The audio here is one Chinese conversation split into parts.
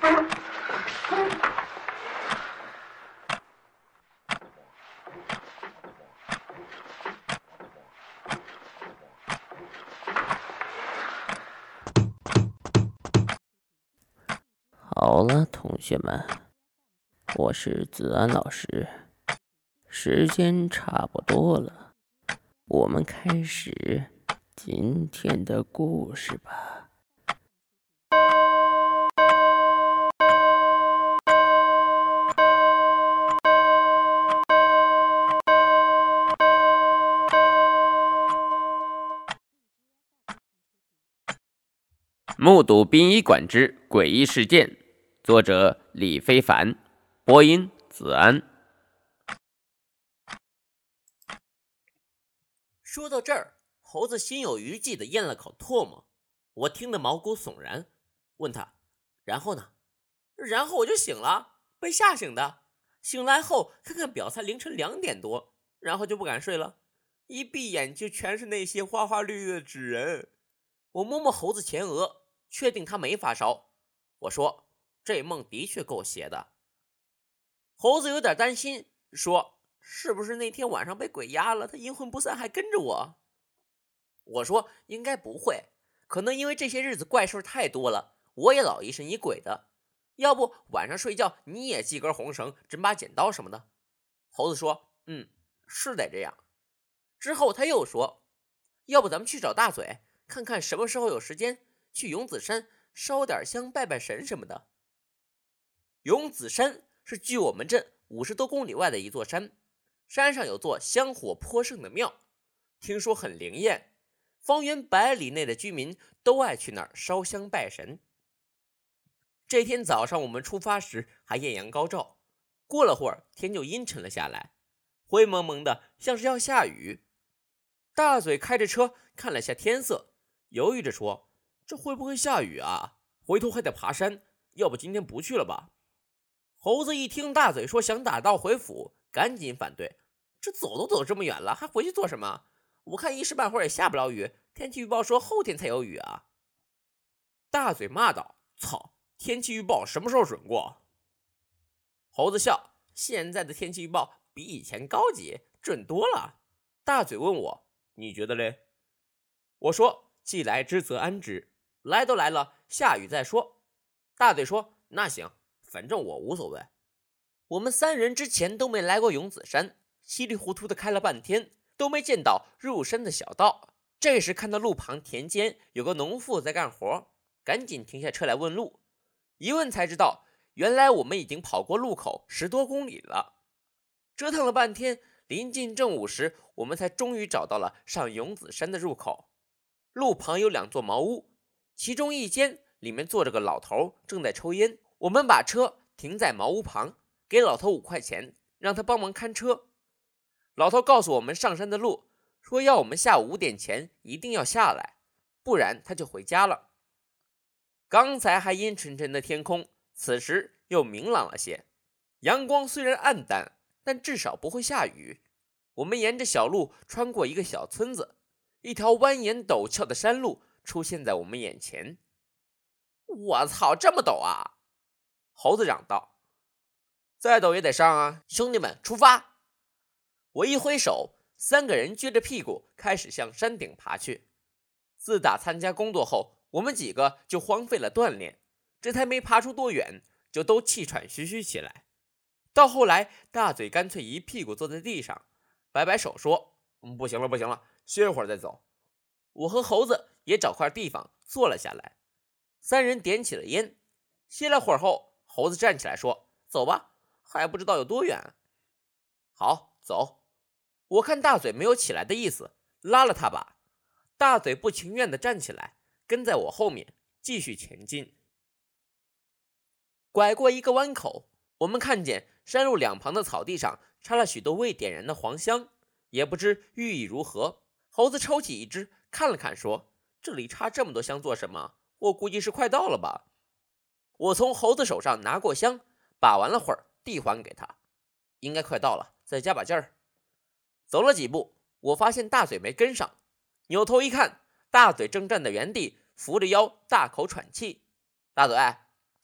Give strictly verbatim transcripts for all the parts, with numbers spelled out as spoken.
好了，同学们，我是子安老师，时间差不多了，我们开始今天的故事吧。目睹殡仪馆之诡异事件，作者李非凡，播音子安。 说到这儿，猴子心有余悸地咽了口唾沫，我听得毛骨悚然，问他：“然后呢？”然后我就醒了，被吓醒的。醒来后看看表，才凌晨两点多，然后就不敢睡了，一闭眼就全是那些花花绿绿的纸人。我摸摸猴子前额，确定他没发烧。我说：“这梦的确够邪的。”猴子有点担心，说：“是不是那天晚上被鬼压了，他阴魂不散还跟着我？”我说：“应该不会，可能因为这些日子怪事太多了，我也老疑神疑鬼的。要不晚上睡觉你也系根红绳，整把剪刀什么的。”猴子说：“嗯，是得这样。”之后他又说：“要不咱们去找大嘴，看看什么时候有时间去永子山烧点香拜拜神什么的。”永子山是距我们镇五十多公里外的一座山，山上有座香火颇盛的庙，听说很灵验，方圆百里内的居民都爱去那儿烧香拜神。这天早上我们出发时还艳阳高照，过了会儿天就阴沉了下来，灰蒙蒙的，像是要下雨。大嘴开着车看了下天色，犹豫着说：“这会不会下雨啊？回头还得爬山，要不今天不去了吧？”猴子一听大嘴说想打道回府，赶紧反对：“这走都走这么远了，还回去做什么？我看一时半会儿也下不了雨，天气预报说后天才有雨啊！”大嘴骂道：“操，天气预报什么时候准过？”猴子笑：“现在的天气预报比以前高级，准多了。”大嘴问我：“你觉得嘞？”我说：“既来之则安之，来都来了，下雨再说。”大嘴说：“那行，反正我无所谓。”我们三人之前都没来过永子山，稀里糊涂的开了半天，都没见到入山的小道。这时看到路旁田间有个农妇在干活，赶紧停下车来问路。一问才知道，原来我们已经跑过路口十多公里了。折腾了半天，临近正午时，我们才终于找到了上永子山的入口。路旁有两座茅屋，其中一间里面坐着个老头，正在抽烟。我们把车停在茅屋旁，给老头五块钱，让他帮忙看车。老头告诉我们上山的路，说要我们下午五点前一定要下来，不然他就回家了。刚才还阴沉沉的天空，此时又明朗了些，阳光虽然暗淡，但至少不会下雨。我们沿着小路穿过一个小村子，一条蜿蜒陡峭的山路出现在我们眼前。我操，这么陡啊！猴子嚷道：“再陡也得上啊，兄弟们，出发！”我一挥手，三个人撅着屁股开始向山顶爬去。自打参加工作后，我们几个就荒废了锻炼，这才没爬出多远，就都气喘吁吁起来。到后来，大嘴干脆一屁股坐在地上，摆摆手说：“嗯，不行了，不行了，歇会儿再走。”我和猴子也找块地方坐了下来，三人点起了烟。歇了会儿后，猴子站起来说：“走吧，还不知道有多远。”好，走。我看大嘴没有起来的意思，拉了他把。大嘴不情愿地站起来，跟在我后面继续前进。拐过一个弯口，我们看见山路两旁的草地上插了许多未点燃的黄香，也不知寓意如何。猴子抽起一支看了看，说：“这里插这么多香做什么？我估计是快到了吧。”我从猴子手上拿过香，把玩了会儿，递还给他：“应该快到了，再加把劲儿。”走了几步，我发现大嘴没跟上，扭头一看，大嘴正站在原地，扶着腰大口喘气。“大嘴，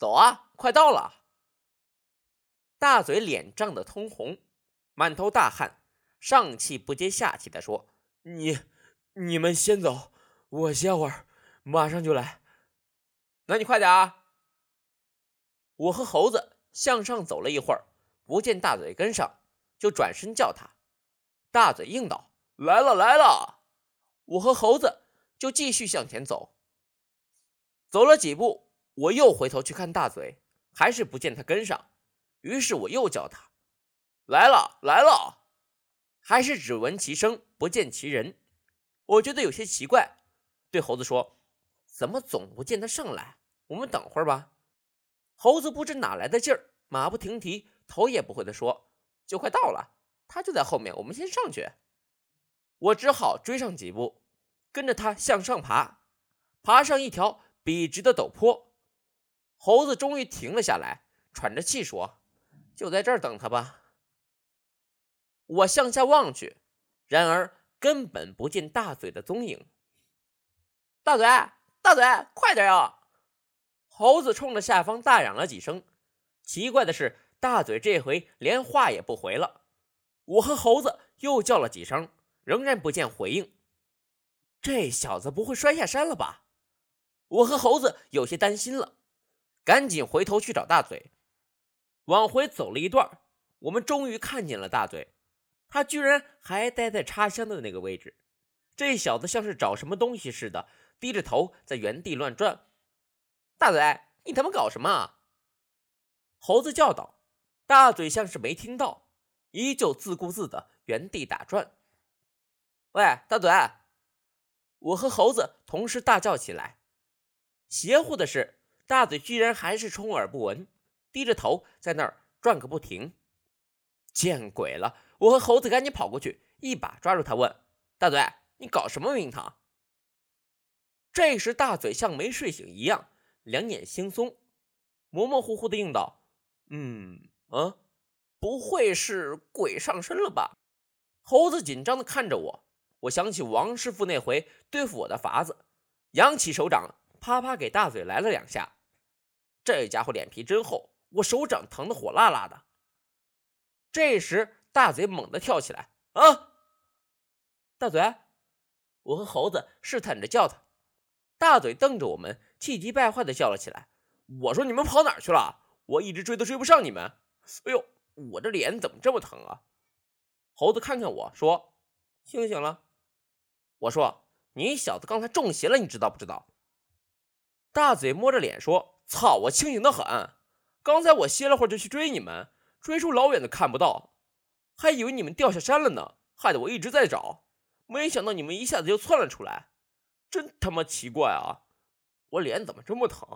走啊，快到了。大嘴脸涨得通红，满头大汗，上气不接下气地说：你你们先走，我歇会儿，马上就来。那你快点啊。我和猴子向上走了一会儿，不见大嘴跟上，就转身叫他。大嘴应道：来了来了。我和猴子就继续向前走。走了几步，我又回头去看大嘴，还是不见他跟上，于是我又叫他：来了来了。还是只闻其声不见其人。我觉得有些奇怪，对猴子说：怎么总不见他上来？我们等会儿吧。猴子不知哪来的劲儿，马不停蹄，头也不回地说：就快到了，他就在后面，我们先上去。我只好追上几步，跟着他向上爬，爬上一条笔直的陡坡。猴子终于停了下来，喘着气说：就在这儿等他吧。我向下望去，然而根本不见大嘴的踪影。大嘴大嘴，快点呀！猴子冲着下方大嚷了几声。奇怪的是，大嘴这回连话也不回了。我和猴子又叫了几声，仍然不见回应。这小子不会摔下山了吧？我和猴子有些担心了，赶紧回头去找大嘴。往回走了一段，我们终于看见了大嘴，他居然还待在插香的那个位置。这小子像是找什么东西似的，低着头在原地乱转。大嘴，你他妈搞什么啊？猴子叫道。大嘴像是没听到，依旧自顾自的原地打转。喂，大嘴！我和猴子同时大叫起来。邪乎的是，大嘴居然还是充耳不闻，低着头在那儿转个不停。见鬼了！我和猴子赶紧跑过去，一把抓住他问：大嘴，你搞什么名堂？这时大嘴像没睡醒一样，两眼惺忪，模模糊糊的应道：嗯啊，不会是鬼上身了吧？猴子紧张的看着我，我想起王师傅那回对付我的法子，扬起手掌啪啪给大嘴来了两下。这家伙脸皮真厚，我手掌疼得火辣辣的。这时大嘴猛地跳起来：啊！大嘴！我和猴子试探着叫他。大嘴瞪着我们，气急败坏地叫了起来：我说你们跑哪儿去了？我一直追都追不上你们。哎呦，我这脸怎么这么疼啊？猴子看看我说：清醒了。我说：你小子刚才中邪了，你知道不知道？大嘴摸着脸说：操，我清醒得很，刚才我歇了会儿就去追你们，追出老远都看不到，还以为你们掉下山了呢，害得我一直在找，没想到你们一下子就窜了出来，真他妈奇怪啊！我脸怎么这么疼？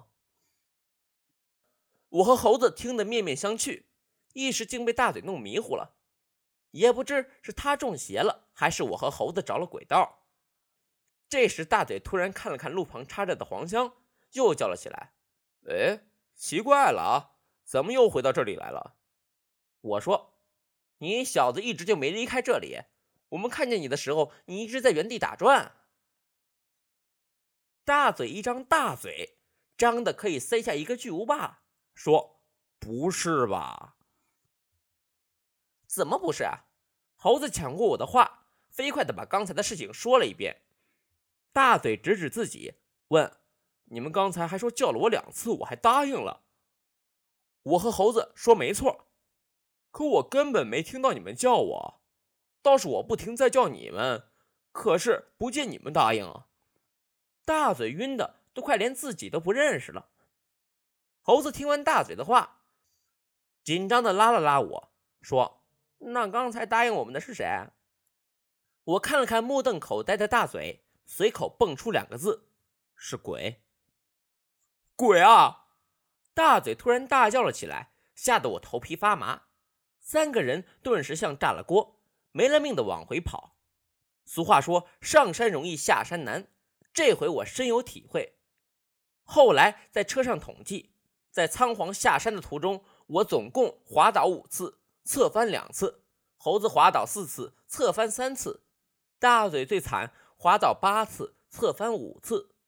我和猴子听得面面相觑，一时竟被大嘴弄迷糊了，也不知是他中邪了，还是我和猴子着了鬼道。这时大嘴突然看了看路旁插着的黄香，又叫了起来：哎，奇怪了啊，怎么又回到这里来了？我说：你小子一直就没离开这里，我们看见你的时候，你一直在原地打转。大嘴一张大嘴，张的可以塞下一个巨无霸，说：不是吧？怎么不是啊？猴子抢过我的话，飞快地把刚才的事情说了一遍。大嘴指指自己，问：你们刚才还说叫了我两次，我还答应了。我和猴子说没错，可我根本没听到你们叫我，倒是我不停在叫你们，可是不见你们答应啊。大嘴晕的都快连自己都不认识了。猴子听完大嘴的话，紧张的拉了拉我，说：那刚才答应我们的是谁？我看了看目瞪口呆的大嘴，随口蹦出两个字：是鬼。鬼啊！大嘴突然大叫了起来，吓得我头皮发麻。三个人顿时像炸了锅，没了命的往回跑。俗话说，上山容易下山难，这回我深有体会。后来在车上统计，在仓皇下山的途中，我总共滑倒五次，侧翻两次，猴子滑倒四次，侧翻三次，大嘴最惨，滑倒八次，侧翻五次。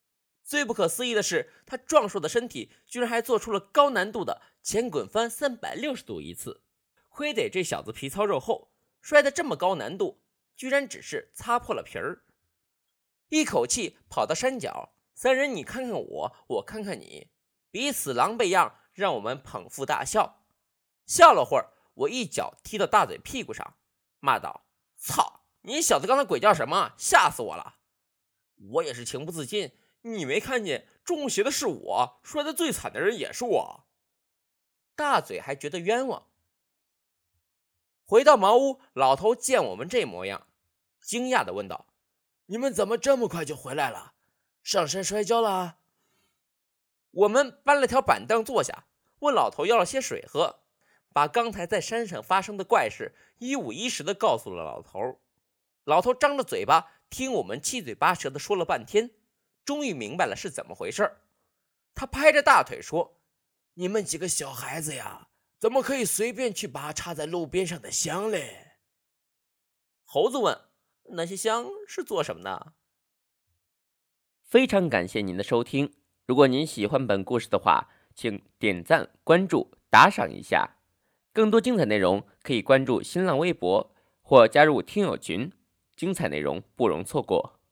最不可思议的是，他壮硕的身体居然还做出了高难度的前滚翻三百六十度一次。亏得这小子皮糙肉厚，摔得这么高难度，居然只是擦破了皮儿。一口气跑到山脚，三人你看看我，我看看你，彼此狼狈样，让我们捧腹大笑。笑了会儿，我一脚踢到大嘴屁股上，骂道：操，你小子刚才鬼叫什么？吓死我了！我也是情不自禁，你没看见中邪的是我，摔得最惨的人也是我。大嘴还觉得冤枉。回到茅屋，老头见我们这模样，惊讶地问道：你们怎么这么快就回来了？上山摔跤了？我们搬了条板凳坐下，问老头要了些水喝，把刚才在山上发生的怪事一五一十地告诉了老头。老头张着嘴巴听我们七嘴八舌地说了半天，终于明白了是怎么回事。他拍着大腿说：你们几个小孩子呀，怎么可以随便去拔插在路边上的香嘞？猴子问：那些香是做什么的？ 非常感谢您的收听，如果您喜欢本故事的话，请点赞、关注、打赏一下。更多精彩内容可以关注新浪微博或加入听友群，精彩内容不容错过。